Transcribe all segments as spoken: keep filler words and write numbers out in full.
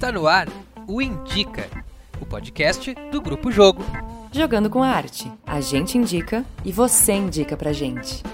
Está no ar o Indica, o podcast do Grupo Jogo. Jogando com a arte. A gente indica e você indica pra gente.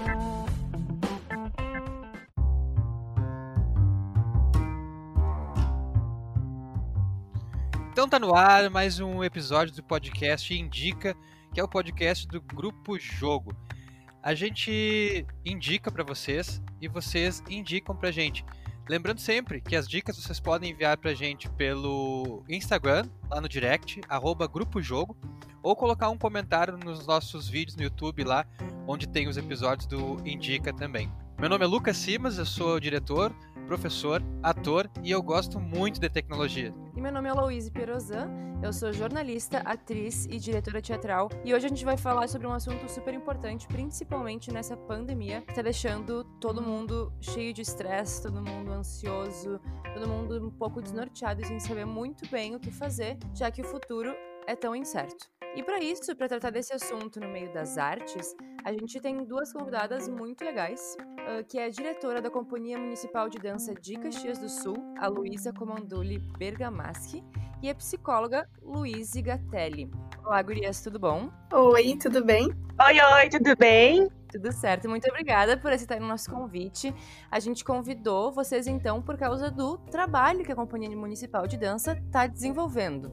Então tá no ar mais um episódio do podcast Indica, que é o podcast do Grupo Jogo. A gente indica pra vocês e vocês indicam pra gente. Lembrando sempre que as dicas vocês podem enviar pra gente pelo Instagram, lá no direct, arroba Grupo Jogo, ou colocar um comentário nos nossos vídeos no YouTube lá, onde tem os episódios do Indica também. Meu nome é Lucas Simas, eu sou diretor, professor, ator e eu gosto muito de tecnologia. E meu nome é Louise Perozan, eu sou jornalista, atriz e diretora teatral, e hoje a gente vai falar sobre um assunto super importante, principalmente nessa pandemia, que tá deixando todo mundo cheio de estresse, todo mundo ansioso, todo mundo um pouco desnorteado e sem saber muito bem o que fazer, já que o futuro é tão incerto. E para isso, para tratar desse assunto no meio das artes, a gente tem duas convidadas muito legais, uh, que é a diretora da Companhia Municipal de Dança de Caxias do Sul, a Luísa Comandulli Bergamaschi, e a psicóloga Luíse Gatelli. Olá, gurias, tudo bom? Oi, tudo bem? Oi, oi, tudo bem? Tudo certo, muito obrigada por aceitarem o nosso convite. A gente convidou vocês, então, por causa do trabalho que a Companhia Municipal de Dança está desenvolvendo.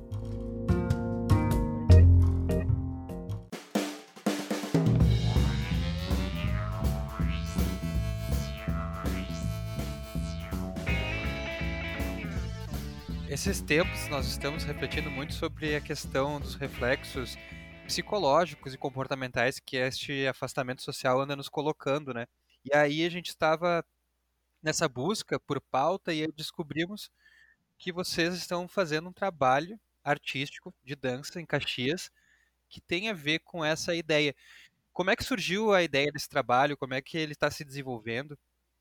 Esses tempos nós estamos refletindo muito sobre a questão dos reflexos psicológicos e comportamentais que este afastamento social anda nos colocando, né? E aí a gente estava nessa busca por pauta e aí descobrimos que vocês estão fazendo um trabalho artístico de dança em Caxias que tem a ver com essa ideia. Como é que surgiu a ideia desse trabalho? Como é que ele está se desenvolvendo?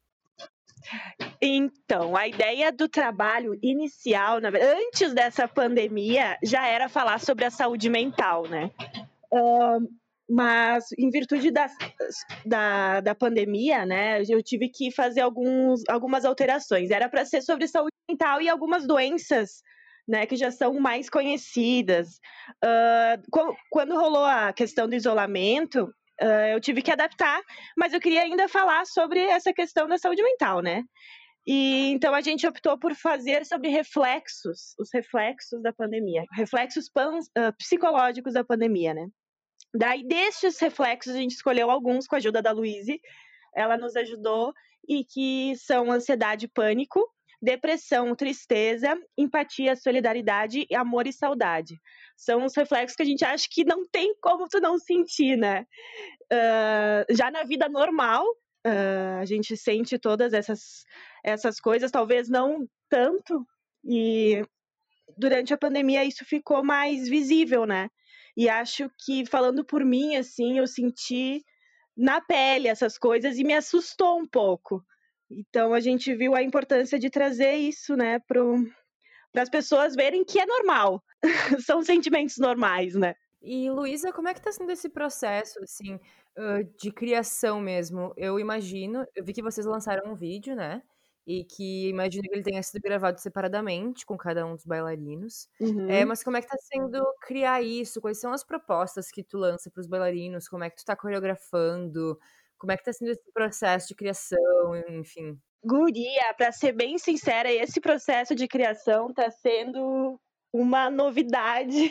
Então, a ideia do trabalho inicial, na verdade, antes dessa pandemia, já era falar sobre a saúde mental, né? Uh, mas, em virtude da, da, da pandemia, né, eu tive que fazer alguns, algumas alterações. Era para ser sobre saúde mental e algumas doenças, né, que já são mais conhecidas. Uh, quando rolou a questão do isolamento, uh, eu tive que adaptar, mas eu queria ainda falar sobre essa questão da saúde mental, né? E então a gente optou por fazer sobre reflexos, os reflexos da pandemia, reflexos pan, uh, psicológicos da pandemia, né? Daí, destes reflexos, a gente escolheu alguns com a ajuda da Luíse, ela nos ajudou, e que são ansiedade e pânico, depressão, tristeza, empatia, solidariedade, amor e saudade. São os reflexos que a gente acha que não tem como tu não sentir, né? Uh, já na vida normal, Uh, a gente sente todas essas, essas coisas, talvez não tanto, e durante a pandemia isso ficou mais visível, né? E acho que, falando por mim, assim, eu senti na pele essas coisas e me assustou um pouco. Então a gente viu a importância de trazer isso, né, para as pessoas verem que é normal, são sentimentos normais, né? E, Luísa, como é que tá sendo esse processo, assim, de criação mesmo? Eu imagino, eu vi que vocês lançaram um vídeo, né? E que imagino que ele tenha sido gravado separadamente com cada um dos bailarinos. Uhum. É, mas como é que tá sendo criar isso? Quais são as propostas que tu lança para os bailarinos? Como é que tu tá coreografando? Como é que tá sendo esse processo de criação, enfim? Guria, para ser bem sincera, esse processo de criação tá sendo uma novidade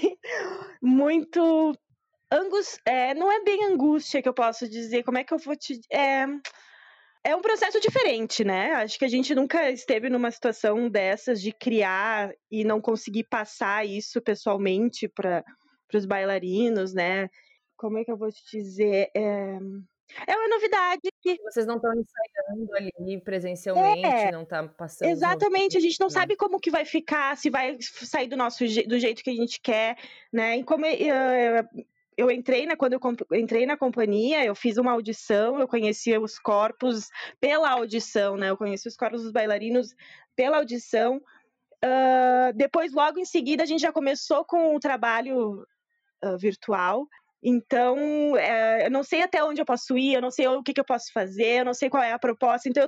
muito Angus, é, não é bem angústia que eu posso dizer, como é que eu vou te... É, é um processo diferente, né? Acho que a gente nunca esteve numa situação dessas de criar e não conseguir passar isso pessoalmente para os bailarinos, né? Como é que eu vou te dizer? É, é uma novidade. Que... Vocês não estão ensaiando ali presencialmente, é, não tá passando... Exatamente, a gente não sabe como que vai ficar, se vai sair do nosso do jeito que a gente quer, né? E como... Uh, eu entrei, né, quando eu entrei na companhia, eu fiz uma audição, eu conhecia os corpos pela audição, né, eu conheci os corpos dos bailarinos pela audição, uh, depois, logo em seguida, a gente já começou com o trabalho uh, virtual, então, uh, eu não sei até onde eu posso ir, eu não sei o que, que eu posso fazer, eu não sei qual é a proposta, então eu tô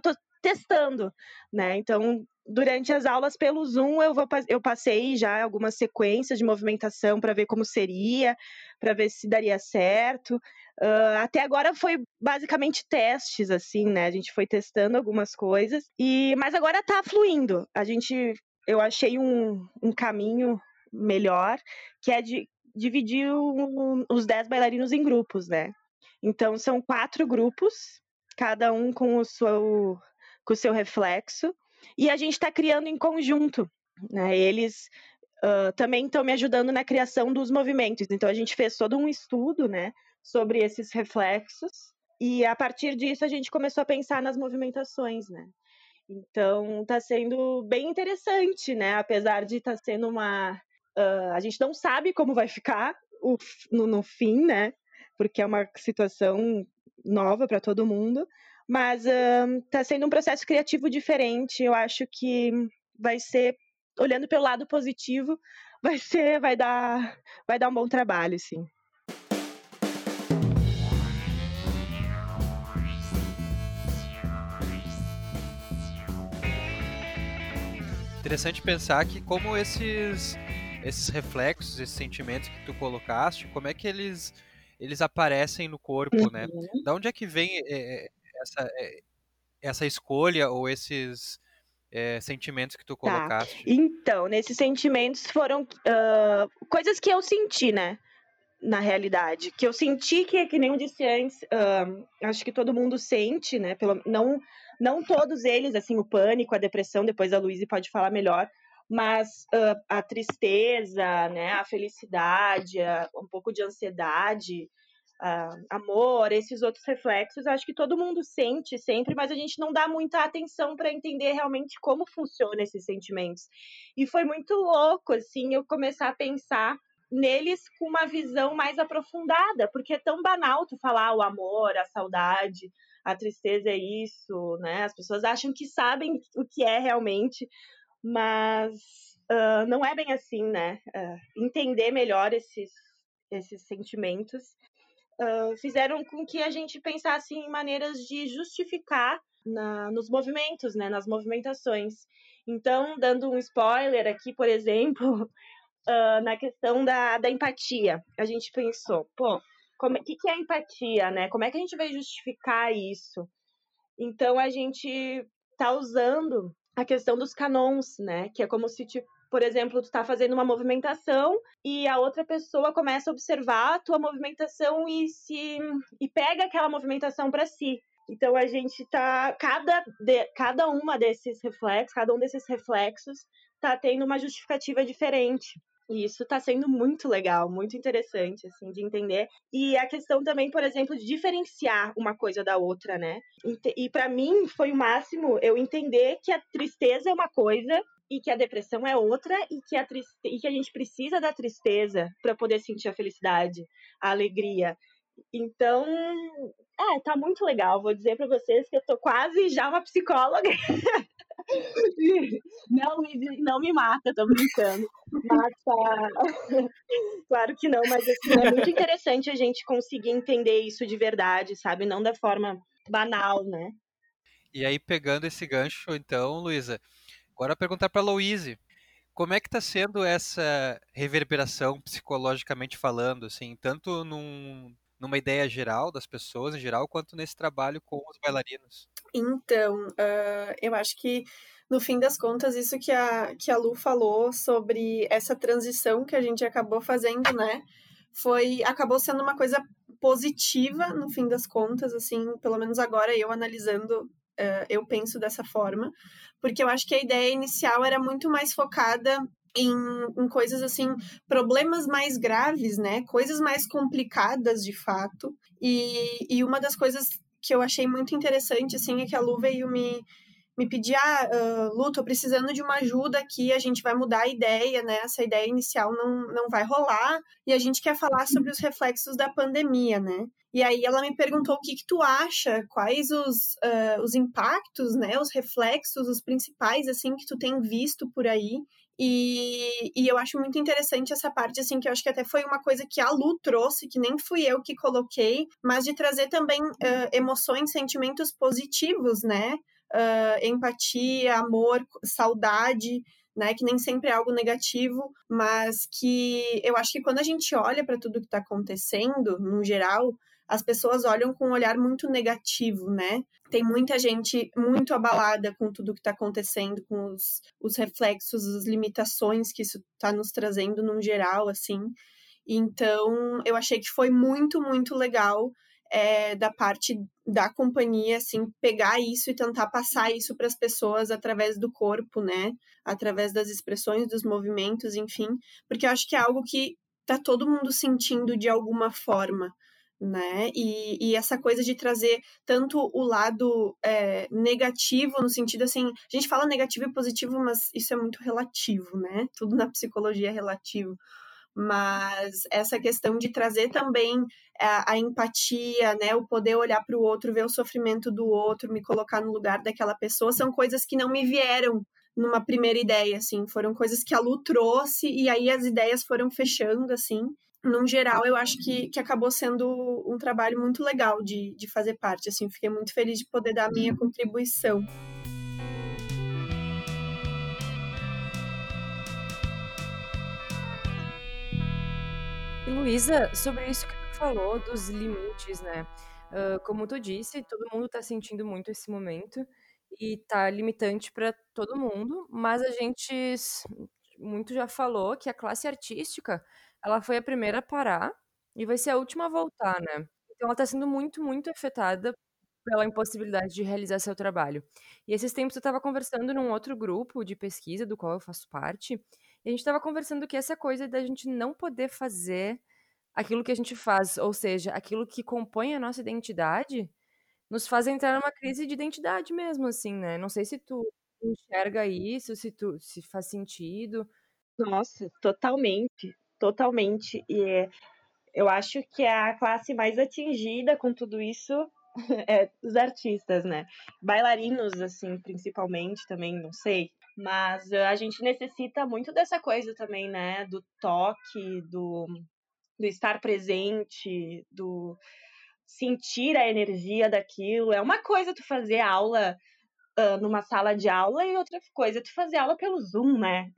testando, né? Então, durante as aulas pelo Zoom, eu, vou, eu passei já algumas sequências de movimentação para ver como seria, para ver se daria certo. Uh, até agora foi basicamente testes, assim, né? A gente foi testando algumas coisas, e mas agora tá fluindo. A gente, eu achei um, um caminho melhor, que é de dividir um, os dez bailarinos em grupos, né? Então, são quatro grupos, cada um com o seu, com o seu reflexo, e a gente está criando em conjunto, né? Eles uh, também estão me ajudando na criação dos movimentos. Então, a gente fez todo um estudo, né, sobre esses reflexos, e a partir disso a gente começou a pensar nas movimentações, né? Então, está sendo bem interessante, né? Apesar de estar tá sendo uma... Uh, a gente não sabe como vai ficar o, no, no fim, né? Porque é uma situação nova para todo mundo, mas está uh, sendo um processo criativo diferente. Eu acho que vai ser, olhando pelo lado positivo, vai ser, vai dar, vai dar um bom trabalho, sim. Interessante pensar que como esses, esses reflexos, esses sentimentos que tu colocaste, como é que eles, eles aparecem no corpo, uhum. né? Da onde é que vem é, essa, é, essa escolha ou esses é, sentimentos que tu colocaste? Tá. Então, nesses sentimentos foram uh, coisas que eu senti, né? Na realidade, que eu senti que, que nem eu disse antes, uh, acho que todo mundo sente, né? Pelo, não, não todos eles, assim, o pânico, a depressão, depois a Luísa pode falar melhor, mas uh, a tristeza, né? A felicidade, a, um pouco de ansiedade, uh, amor, esses outros reflexos, acho que todo mundo sente sempre, mas a gente não dá muita atenção para entender realmente como funcionam esses sentimentos. E foi muito louco, assim, eu começar a pensar neles com uma visão mais aprofundada, porque é tão banal tu falar o amor, a saudade, a tristeza é isso, né? As pessoas acham que sabem o que é realmente, mas uh, não é bem assim, né? Uh, entender melhor esses, esses sentimentos uh, fizeram com que a gente pensasse em maneiras de justificar na, nos movimentos, né? Nas movimentações. Então, dando um spoiler aqui, por exemplo... Uh, na questão da, da empatia, a gente pensou, pô, o que, que é empatia, né? Como é que a gente vai justificar isso? Então, a gente tá usando a questão dos canons, né? Que é como se, tipo, por exemplo, tu tá fazendo uma movimentação e a outra pessoa começa a observar a tua movimentação e, se, e pega aquela movimentação para si. Então, a gente tá... Cada, de, cada uma desses reflexos, cada um desses reflexos tá tendo uma justificativa diferente. E isso está sendo muito legal, muito interessante, assim, de entender. E a questão também, por exemplo, de diferenciar uma coisa da outra, né? E para mim foi o máximo eu entender que a tristeza é uma coisa e que a depressão é outra e que a, triste... e que a gente precisa da tristeza para poder sentir a felicidade, a alegria. Então, é, tá muito legal. Vou dizer para vocês que eu tô quase já uma psicóloga. Não, Luiz, não me mata, tô brincando. Mas tá... Claro que não, mas assim, é muito interessante a gente conseguir entender isso de verdade, sabe? Não da forma banal, né? E aí, pegando esse gancho, então, Luísa, agora perguntar pra Louise, como é que tá sendo essa reverberação, psicologicamente falando, assim, tanto num... numa ideia geral das pessoas em geral, quanto nesse trabalho com os bailarinos? Então, uh, eu acho que, no fim das contas, isso que a, que a Lu falou sobre essa transição que a gente acabou fazendo, né, foi, acabou sendo uma coisa positiva, no fim das contas, assim, pelo menos agora eu analisando, uh, eu penso dessa forma, porque eu acho que a ideia inicial era muito mais focada Em, em coisas assim, problemas mais graves, né? Coisas mais complicadas, de fato. E, e uma das coisas que eu achei muito interessante, assim, é que a Lu veio me, me pedir, ah, uh, Lu, tô precisando de uma ajuda aqui, a gente vai mudar a ideia, né? Essa ideia inicial não, não vai rolar, e a gente quer falar sobre os reflexos da pandemia, né? E aí ela me perguntou o que que tu acha, quais os, uh, os impactos, né? Os reflexos, os principais, assim, que tu tem visto por aí. E, e eu acho muito interessante essa parte, assim, que eu acho que até foi uma coisa que a Lu trouxe, que nem fui eu que coloquei, mas de trazer também uh, emoções, sentimentos positivos, né, uh, empatia, amor, saudade, né, que nem sempre é algo negativo, mas que eu acho que quando a gente olha para tudo que está acontecendo, no geral, as pessoas olham com um olhar muito negativo, né? Tem muita gente muito abalada com tudo que está acontecendo, com os, os reflexos, as limitações que isso está nos trazendo no geral, assim. Então, eu achei que foi muito, muito legal é, da parte da companhia, assim, pegar isso e tentar passar isso para as pessoas através do corpo, né? Através das expressões, dos movimentos, enfim. Porque eu acho que é algo que tá todo mundo sentindo de alguma forma, né? E, e essa coisa de trazer tanto o lado é, negativo, no sentido assim, a gente fala negativo e positivo, mas isso é muito relativo, né? Tudo na psicologia é relativo. Mas essa questão de trazer também a, a empatia, né, o poder olhar para o outro, ver o sofrimento do outro, me colocar no lugar daquela pessoa, são coisas que não me vieram numa primeira ideia, assim, foram coisas que a Lu trouxe e aí as ideias foram fechando, assim. Num geral, eu acho que, que acabou sendo um trabalho muito legal de, de fazer parte, assim, fiquei muito feliz de poder dar a minha contribuição. E Luísa, sobre isso que tu falou dos limites, né? Uh, como tu disse, todo mundo tá sentindo muito esse momento e tá limitante para todo mundo, mas a gente s- muito já falou que a classe artística, ela foi a primeira a parar e vai ser a última a voltar, né? Então ela tá sendo muito, muito afetada pela impossibilidade de realizar seu trabalho. E esses tempos eu estava conversando num outro grupo de pesquisa do qual eu faço parte, e a gente estava conversando que essa coisa da gente não poder fazer aquilo que a gente faz, ou seja, aquilo que compõe a nossa identidade, nos faz entrar numa crise de identidade mesmo, assim, né? Não sei se tu enxerga isso, se tu se faz sentido. Nossa, totalmente, totalmente. E é, eu acho que é a classe mais atingida com tudo isso é os artistas, né? Bailarinos, assim, principalmente, também, não sei. Mas eh, a gente necessita muito dessa coisa também, né? Do toque, do, do estar presente, do sentir a energia daquilo. É uma coisa tu fazer aula ah, numa sala de aula e outra coisa tu fazer aula pelo Zoom, né?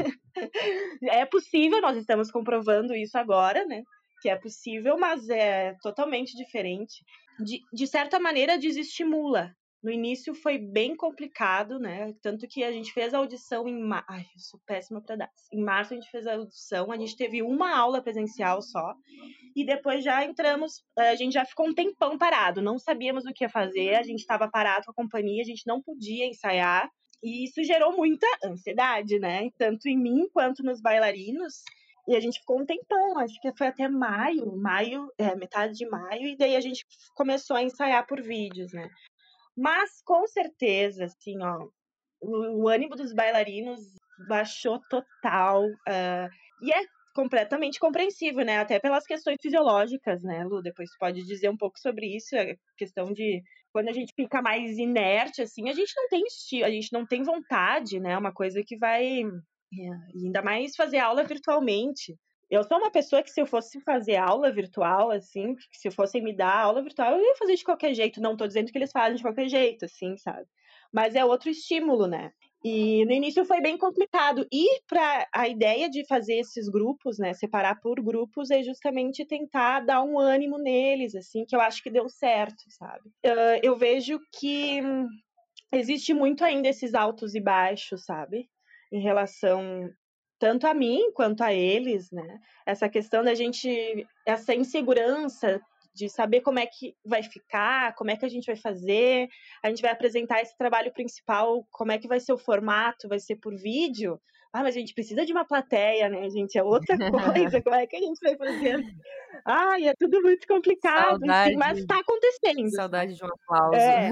É possível, nós estamos comprovando isso agora, né? Que é possível, mas é totalmente diferente. De, de certa maneira, desestimula. No início foi bem complicado, né? Tanto que a gente fez a audição em março. Ai, eu sou péssima para datas. Em março a gente fez a audição, a gente teve uma aula presencial só. E depois já entramos, a gente já ficou um tempão parado, não sabíamos o que ia fazer, a gente estava parado com a companhia, a gente não podia ensaiar. E isso gerou muita ansiedade, né? Tanto em mim quanto nos bailarinos. E a gente ficou um tempão, acho que foi até maio, maio, é, metade de maio, e daí a gente começou a ensaiar por vídeos, né? Mas com certeza, assim, ó, o, o ânimo dos bailarinos baixou total. Uh, e é completamente compreensível, né? Até pelas questões fisiológicas, né, Lu? Depois tu pode dizer um pouco sobre isso, a questão de quando a gente fica mais inerte, assim, a gente não tem estilo, a gente não tem vontade, né? Uma coisa que vai. É, ainda mais fazer aula virtualmente. Eu sou uma pessoa que se eu fosse fazer aula virtual, assim, se fossem me dar aula virtual, eu ia fazer de qualquer jeito. Não tô dizendo que eles fazem de qualquer jeito, assim, sabe? Mas é outro estímulo, né? E no início foi bem complicado. E para a ideia de fazer esses grupos, né, separar por grupos, é justamente tentar dar um ânimo neles, assim, que eu acho que deu certo, sabe? Uh, eu vejo que existe muito ainda esses altos e baixos, sabe? Em relação tanto a mim quanto a eles, né? Essa questão da gente, essa insegurança de saber como é que vai ficar, como é que a gente vai fazer, a gente vai apresentar esse trabalho principal, como é que vai ser o formato, vai ser por vídeo? Ah, mas a gente precisa de uma plateia, né, gente? É outra coisa, como é que a gente vai fazer? Ai, é tudo muito complicado, Saudade, enfim, mas tá acontecendo. saudade de um aplauso. É.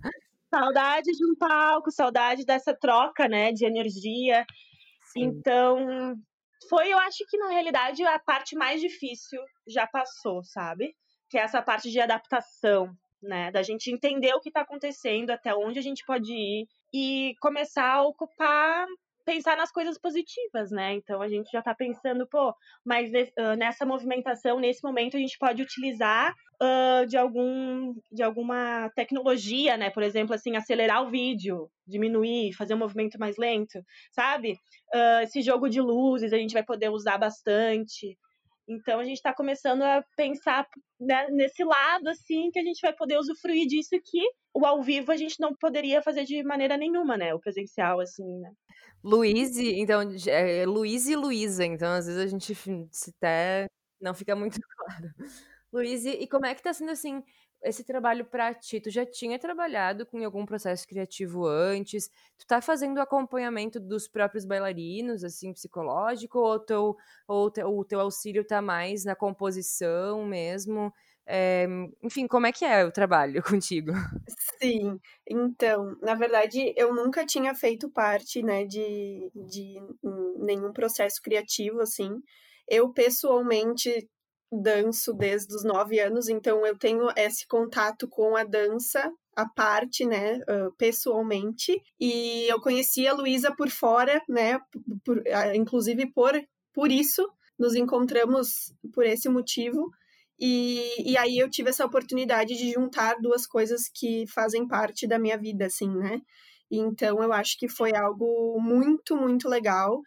Saudade de um palco, saudade dessa troca, né, de energia. Sim. Então, foi, eu acho que na realidade a parte mais difícil já passou, sabe? Que é essa parte de adaptação, né? Da gente entender o que está acontecendo, até onde a gente pode ir e começar a ocupar pensar nas coisas positivas, né? Então a gente já tá pensando, pô, mas uh, nessa movimentação, nesse momento, a gente pode utilizar uh, de, algum, de alguma tecnologia, né? Por exemplo, assim, acelerar o vídeo, diminuir, fazer um movimento mais lento, sabe? Uh, esse jogo de luzes a gente vai poder usar bastante. Então a gente está começando a pensar, né, nesse lado, assim, que a gente vai poder usufruir disso que o ao vivo a gente não poderia fazer de maneira nenhuma, né? O presencial, assim, né? Luiz, então, é Luiz e Luísa, então às vezes a gente se até não fica muito claro. Luiz, e como é que tá sendo, assim, esse trabalho pra ti? Tu já tinha trabalhado com algum processo criativo antes? Tu tá fazendo acompanhamento dos próprios bailarinos, assim, psicológico, ou, teu, ou teu, o teu auxílio tá mais na composição mesmo? É, enfim, como é que é o trabalho contigo? Sim, então, na verdade, eu nunca tinha feito parte, né, de, de nenhum processo criativo, assim. Eu, pessoalmente, danço desde os nove anos, então eu tenho esse contato com a dança, a parte, né, uh, pessoalmente. E eu conheci a Luísa por fora, né, por, uh, inclusive por, por isso, nos encontramos por esse motivo. E, e aí eu tive essa oportunidade de juntar duas coisas que fazem parte da minha vida, assim, né? Então eu acho que foi algo muito, muito legal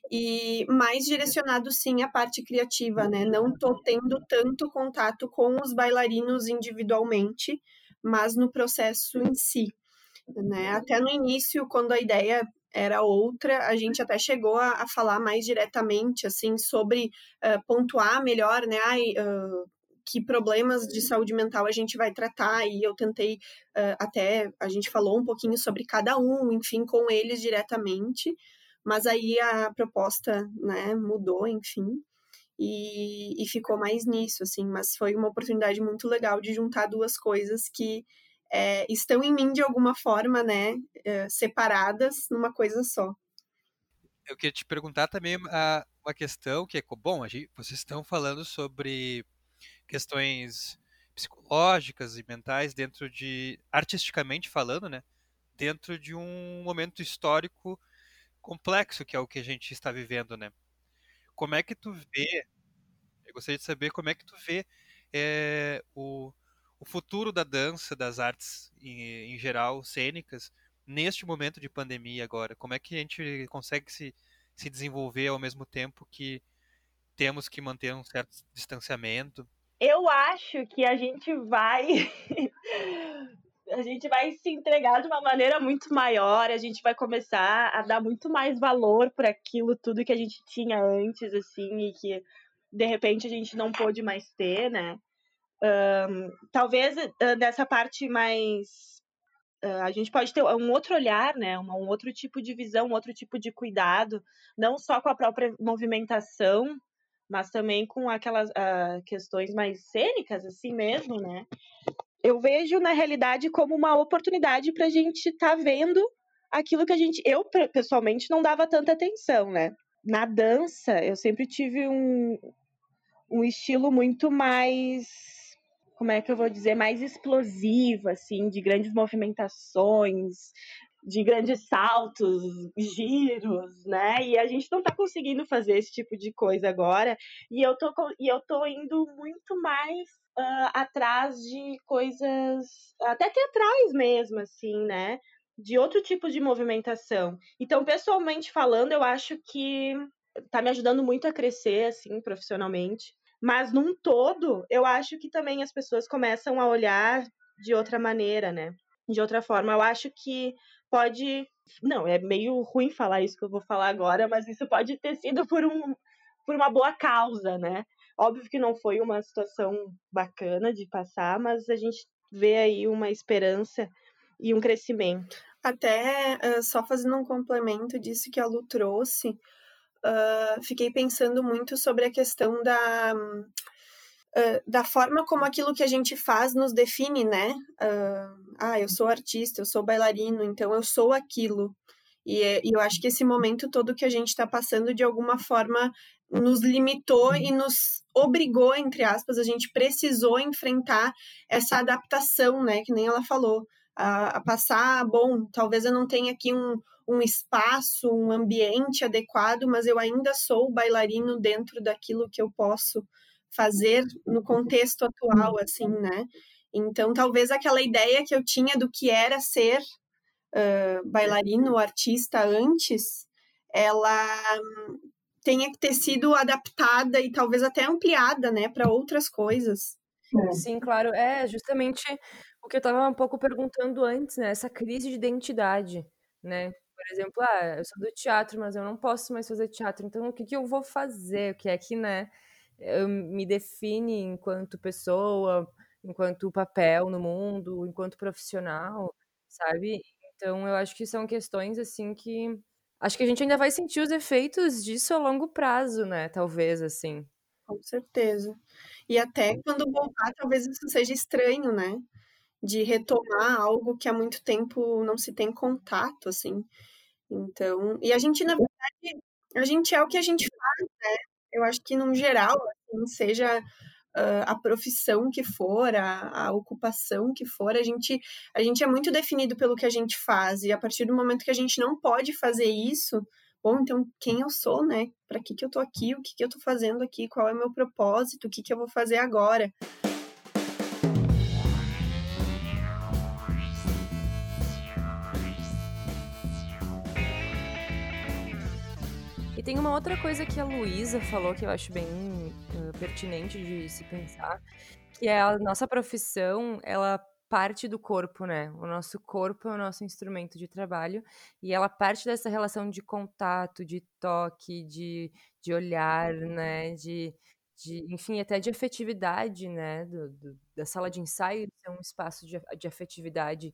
e mais direcionado, sim, à parte criativa, né? Não tô tendo tanto contato com os bailarinos individualmente, mas no processo em si, né? Até no início, quando a ideia era outra, a gente até chegou a, a falar mais diretamente, assim, sobre uh, pontuar melhor, né? Ai, uh, que problemas de saúde mental a gente vai tratar, e eu tentei, uh, até, a gente falou um pouquinho sobre cada um, enfim, com eles diretamente, mas aí a proposta, né, mudou, enfim, e, e ficou mais nisso, assim, mas foi uma oportunidade muito legal de juntar duas coisas que é, estão em mim de alguma forma, né, é, separadas numa coisa só. Eu queria te perguntar também a, uma questão que é, bom, a gente, vocês estão falando sobre questões psicológicas e mentais dentro de, artisticamente falando, né, dentro de um momento histórico complexo que é o que a gente está vivendo, né? Como é que tu vê, eu gostaria de saber como é que tu vê é, o, o futuro da dança, das artes em, em geral, cênicas, neste momento de pandemia agora? Como é que a gente consegue se, se desenvolver ao mesmo tempo que temos que manter um certo distanciamento? Eu acho que a gente vai a gente vai se entregar de uma maneira muito maior, a gente vai começar a dar muito mais valor para aquilo tudo que a gente tinha antes, assim, e que de repente a gente não pôde mais ter, né? Um, talvez uh, dessa parte mais uh, a gente pode ter um outro olhar, né? Um, um outro tipo de visão, um outro tipo de cuidado, não só com a própria movimentação, mas também com aquelas uh, questões mais cênicas, assim mesmo, né? Eu vejo, na realidade, como uma oportunidade para a gente estar tá vendo aquilo que a gente... Eu, pessoalmente, não dava tanta atenção, né? Na dança, eu sempre tive um, um estilo muito mais... Como é que eu vou dizer? Mais explosivo, assim, de grandes movimentações, de grandes saltos, giros, né? E a gente não tá conseguindo fazer esse tipo de coisa agora. E eu tô, e eu tô indo muito mais uh, atrás de coisas, até teatrais mesmo, assim, né? De outro tipo de movimentação. Então, pessoalmente falando, eu acho que tá me ajudando muito a crescer, assim, profissionalmente. Mas, num todo, eu acho que também as pessoas começam a olhar de outra maneira, né? De outra forma. Eu acho que pode... Não, é meio ruim falar isso que eu vou falar agora, mas isso pode ter sido por, um, por uma boa causa, né? Óbvio que não foi uma situação bacana de passar, mas a gente vê aí uma esperança e um crescimento. Até, uh, só fazendo um complemento disso que a Lu trouxe, uh, fiquei pensando muito sobre a questão da... Uh, da forma como aquilo que a gente faz nos define, né? Uh, ah, eu sou artista, eu sou bailarino, então eu sou aquilo. E, e eu acho que esse momento todo que a gente está passando, de alguma forma, nos limitou e nos obrigou, entre aspas, a gente precisou enfrentar essa adaptação, né? Que nem ela falou. a, a passar, bom, talvez eu não tenha aqui um, um espaço, um ambiente adequado, mas eu ainda sou bailarino dentro daquilo que eu posso fazer no contexto atual, assim, né? Então, talvez aquela ideia que eu tinha do que era ser uh, bailarino, artista antes, ela tenha que ter sido adaptada e talvez até ampliada, né, para outras coisas. Sim, claro. É justamente o que eu estava um pouco perguntando antes, né? Essa crise de identidade, né? Por exemplo, ah, eu sou do teatro, mas eu não posso mais fazer teatro. Então, o que que eu vou fazer? O que é que, né, eu me define enquanto pessoa, enquanto papel no mundo, enquanto profissional, sabe? Então, eu acho que são questões assim que acho que a gente ainda vai sentir os efeitos disso a longo prazo, né? Talvez assim. Com certeza. E até quando voltar, talvez isso seja estranho, né? De retomar algo que há muito tempo não se tem contato, assim. Então, e a gente, na verdade, a gente é o que a gente faz, né? Eu acho que, num geral, assim, seja uh, a profissão que for, a, a ocupação que for, a gente, a gente é muito definido pelo que a gente faz. E a partir do momento que a gente não pode fazer isso, bom, então quem eu sou, né? Para que que eu tô aqui? O que que eu tô fazendo aqui? Qual é o meu propósito? O que que eu vou fazer agora? E tem uma outra coisa que a Luísa falou que eu acho bem uh, pertinente de se pensar, que é a nossa profissão, ela parte do corpo, né? O nosso corpo é o nosso instrumento de trabalho e ela parte dessa relação de contato, de toque, de, de olhar, né? De, de, enfim, até de afetividade, né? Do, do- da sala de ensaio ser um espaço de, de afetividade.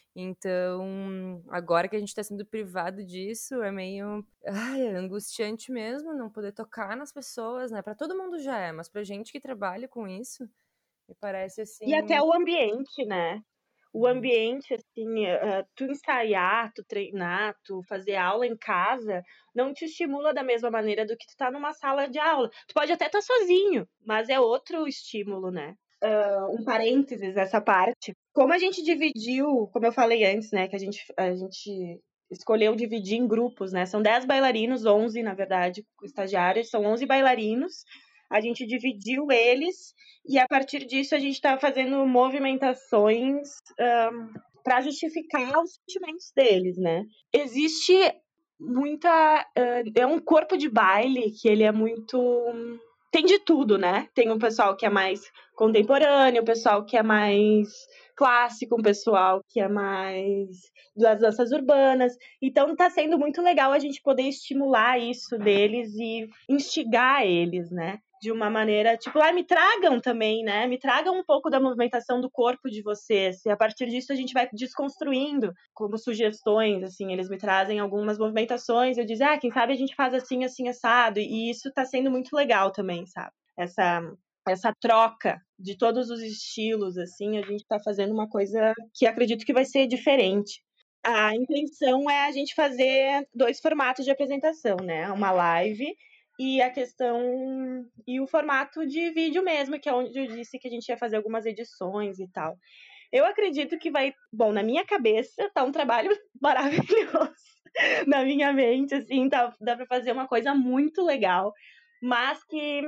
Então, agora que a gente está sendo privado disso, é meio, ai, é angustiante mesmo não poder tocar nas pessoas, né? Para todo mundo já é, mas pra gente que trabalha com isso, me parece E até assim. o ambiente, né? O ambiente, assim, uh, tu ensaiar, tu treinar, tu fazer aula em casa, não te estimula da mesma maneira do que tu tá numa sala de aula. Tu pode até estar sozinho, mas é outro estímulo, né? Uh, um parênteses nessa parte. Como a gente dividiu, como eu falei antes, né, que a gente, a gente escolheu dividir em grupos, né? São dez bailarinos, onze, na verdade, estagiários, são onze bailarinos. A gente dividiu eles e a partir disso a gente está fazendo movimentações um, para justificar os sentimentos deles, né? Existe muita... Uh, é um corpo de baile que ele é muito... Tem de tudo, né? Tem um pessoal que é mais contemporâneo, um pessoal que é mais clássico, um pessoal que é mais das danças urbanas. Então tá sendo muito legal a gente poder estimular isso deles e instigar eles, né? De uma maneira, tipo, ah, me tragam também, né? Me tragam um pouco da movimentação do corpo de vocês. E a partir disso a gente vai desconstruindo como sugestões, assim, eles me trazem algumas movimentações, eu digo, ah, quem sabe a gente faz assim, assim, assado. E isso tá sendo muito legal também, sabe? Essa, essa troca de todos os estilos, assim, a gente tá fazendo uma coisa que acredito que vai ser diferente. A intenção é a gente fazer dois formatos de apresentação, né? Uma live e a questão e o formato de vídeo mesmo, que é onde eu disse que a gente ia fazer algumas edições e tal. Eu acredito que vai, bom, na minha cabeça tá um trabalho maravilhoso. Na minha mente, assim, tá, dá para fazer uma coisa muito legal, mas que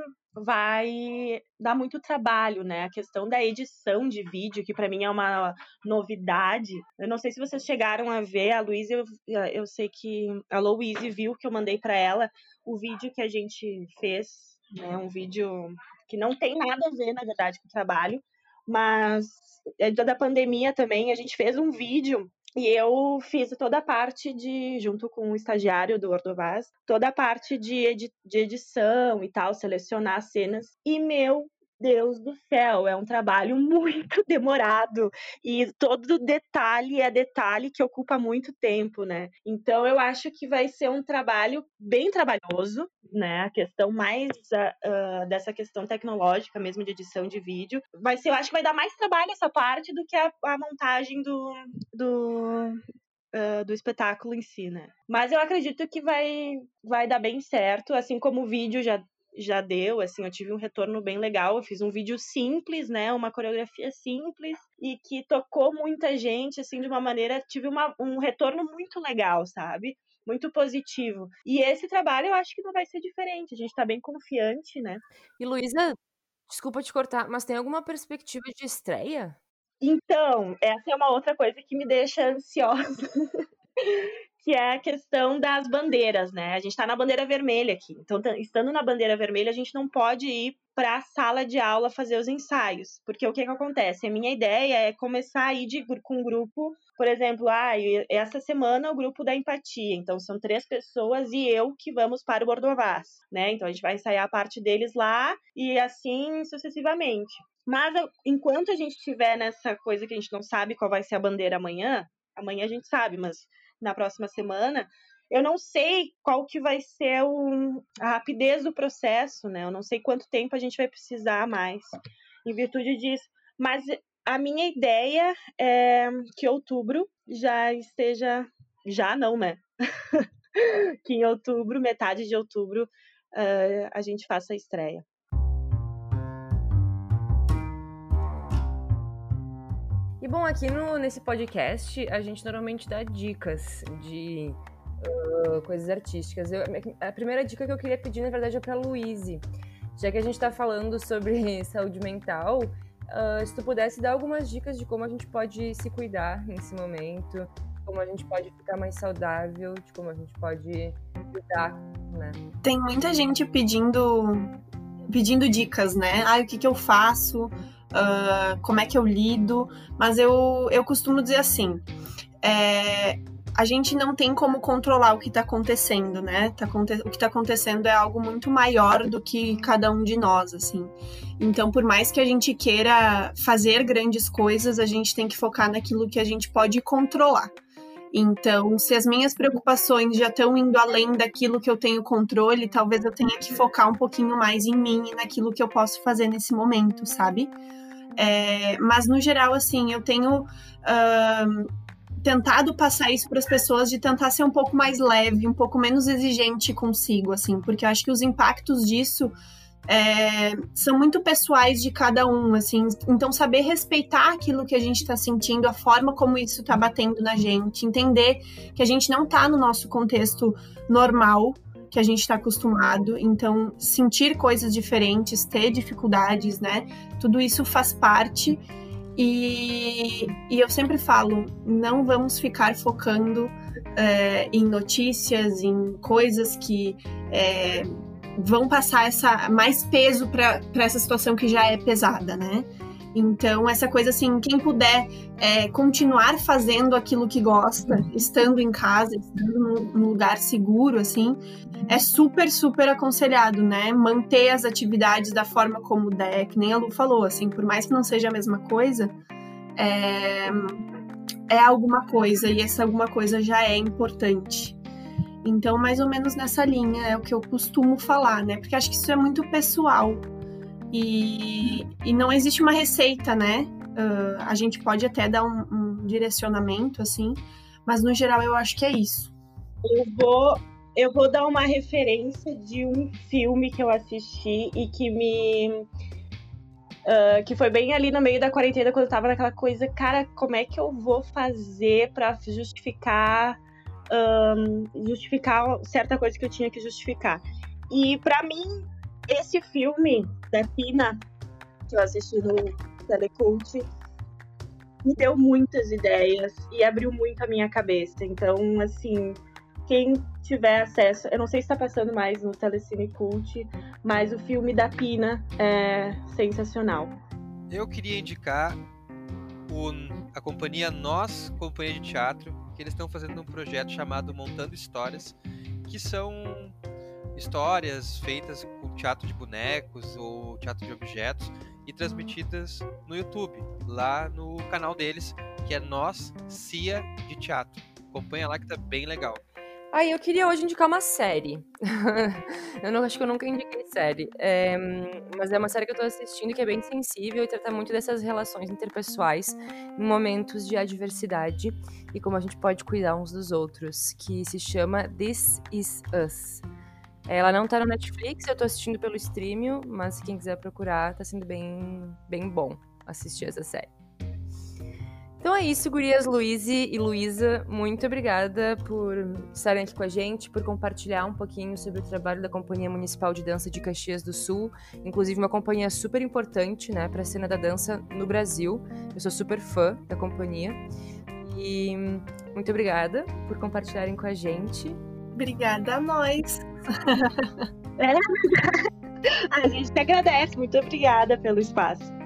vai dar muito trabalho, né? A questão da edição de vídeo, que para mim é uma novidade. Eu não sei se vocês chegaram a ver, a Luísa, eu, eu sei que a Louise viu que eu mandei para ela o vídeo que a gente fez, né? Um vídeo que não tem nada a ver, na verdade, com o trabalho, mas é da pandemia também, a gente fez um vídeo e eu fiz toda a parte de, junto com o estagiário do Ordovaz, toda a parte de, edi- de edição e tal, selecionar as cenas. E, meu Deus do céu, é um trabalho muito demorado. E todo detalhe é detalhe que ocupa muito tempo, né? Então, eu acho que vai ser um trabalho bem trabalhoso, né? A questão mais uh, uh, dessa questão tecnológica mesmo de edição de vídeo. Vai ser, eu acho que vai dar mais trabalho essa parte do que a, a montagem do, do, uh, do espetáculo em si, né? Mas eu acredito que vai, vai dar bem certo, assim como o vídeo já já deu, assim, eu tive um retorno bem legal, eu fiz um vídeo simples, né, uma coreografia simples, e que tocou muita gente, assim, de uma maneira, tive uma, um retorno muito legal, sabe? Muito positivo. E esse trabalho eu acho que não vai ser diferente, a gente tá bem confiante, né? E Luísa, desculpa te cortar, mas tem alguma perspectiva de estreia? Então, essa é uma outra coisa que me deixa ansiosa. Que é a questão das bandeiras, né? A gente tá na bandeira vermelha aqui. Então, estando na bandeira vermelha, a gente não pode ir para a sala de aula fazer os ensaios. Porque o que que acontece? A minha ideia é começar a ir de, com um grupo, por exemplo, ah, essa semana o grupo da empatia. Então, são três pessoas e eu que vamos para o Bordovás, né? Então, a gente vai ensaiar a parte deles lá e assim sucessivamente. Mas, enquanto a gente estiver nessa coisa que a gente não sabe qual vai ser a bandeira amanhã, amanhã a gente sabe, mas na próxima semana, eu não sei qual que vai ser o, a rapidez do processo, né? Eu não sei quanto tempo a gente vai precisar mais em virtude disso. Mas a minha ideia é que outubro já esteja... Já não, né? Que em outubro, metade de outubro, uh, a gente faça a estreia. E bom, aqui no, nesse podcast, a gente normalmente dá dicas de uh, coisas artísticas. Eu, a primeira dica que eu queria pedir, na verdade, é pra Luíse. Já que a gente tá falando sobre saúde mental, uh, se tu pudesse dar algumas dicas de como a gente pode se cuidar nesse momento, como a gente pode ficar mais saudável, de como a gente pode cuidar, né? Tem muita gente pedindo, pedindo dicas, né? Ah, o que que eu faço? Uh, como é que eu lido, mas eu, eu costumo dizer assim, é, a gente não tem como controlar o que está acontecendo, né? Tá, o que está acontecendo é algo muito maior do que cada um de nós, assim. Então, por mais que a gente queira fazer grandes coisas, a gente tem que focar naquilo que a gente pode controlar. Então, se as minhas preocupações já estão indo além daquilo que eu tenho controle, talvez eu tenha que focar um pouquinho mais em mim e naquilo que eu posso fazer nesse momento, sabe? É, mas, no geral, assim, eu tenho uh, tentado passar isso para as pessoas, de tentar ser um pouco mais leve, um pouco menos exigente consigo, assim, porque eu acho que os impactos disso é, são muito pessoais de cada um, assim, então saber respeitar aquilo que a gente está sentindo, a forma como isso está batendo na gente, entender que a gente não está no nosso contexto normal, que a gente está acostumado, então sentir coisas diferentes, ter dificuldades, né, tudo isso faz parte, e, e eu sempre falo, não vamos ficar focando é, em notícias, em coisas que é, vão passar essa, mais peso para essa situação que já é pesada, né? Então, essa coisa assim, quem puder é, continuar fazendo aquilo que gosta, estando em casa, estando num, num lugar seguro, assim, é super, super aconselhado, né? Manter as atividades da forma como der, que nem a Lu falou, assim, por mais que não seja a mesma coisa, é, é alguma coisa, e essa alguma coisa já é importante. Então, mais ou menos nessa linha é o que eu costumo falar, né? Porque acho que isso é muito pessoal. E, e não existe uma receita, né? Uh, a gente pode até dar um, um direcionamento, assim, mas no geral eu acho que é isso. Eu vou, eu vou dar uma referência de um filme que eu assisti e que me... Uh, que foi bem ali no meio da quarentena, quando eu tava naquela coisa, cara, como é que eu vou fazer pra justificar... Um, justificar certa coisa que eu tinha que justificar. E pra mim, esse filme da Pina, que eu assisti no Telecult, me deu muitas ideias e abriu muito a minha cabeça. Então, assim, quem tiver acesso, eu não sei se tá passando mais no Telecine Cult, mas o filme da Pina é sensacional. Eu queria indicar o, a companhia Nós, Companhia de Teatro, que eles estão fazendo um projeto chamado Montando Histórias, que são histórias feitas com teatro de bonecos ou teatro de objetos e transmitidas no YouTube, lá no canal deles, que é Nós, Cia de Teatro. Acompanha lá que tá bem legal. Ah, eu queria hoje indicar uma série. Eu não acho que eu nunca indiquei série. É, mas é uma série que eu tô assistindo que é bem sensível e trata muito dessas relações interpessoais em momentos de adversidade e como a gente pode cuidar uns dos outros, que se chama This Is Us. Ela não tá no Netflix, eu tô assistindo pelo Streamio, mas quem quiser procurar, tá sendo bem, bem bom assistir essa série. Então é isso, gurias. Luíse e Luísa, muito obrigada por estarem aqui com a gente, por compartilhar um pouquinho sobre o trabalho da Companhia Municipal de Dança de Caxias do Sul, inclusive uma companhia super importante, né, para a cena da dança no Brasil. Eu sou super fã da companhia. E muito obrigada por compartilharem com a gente. Obrigada a nós. É, a gente te agradece, muito obrigada pelo espaço.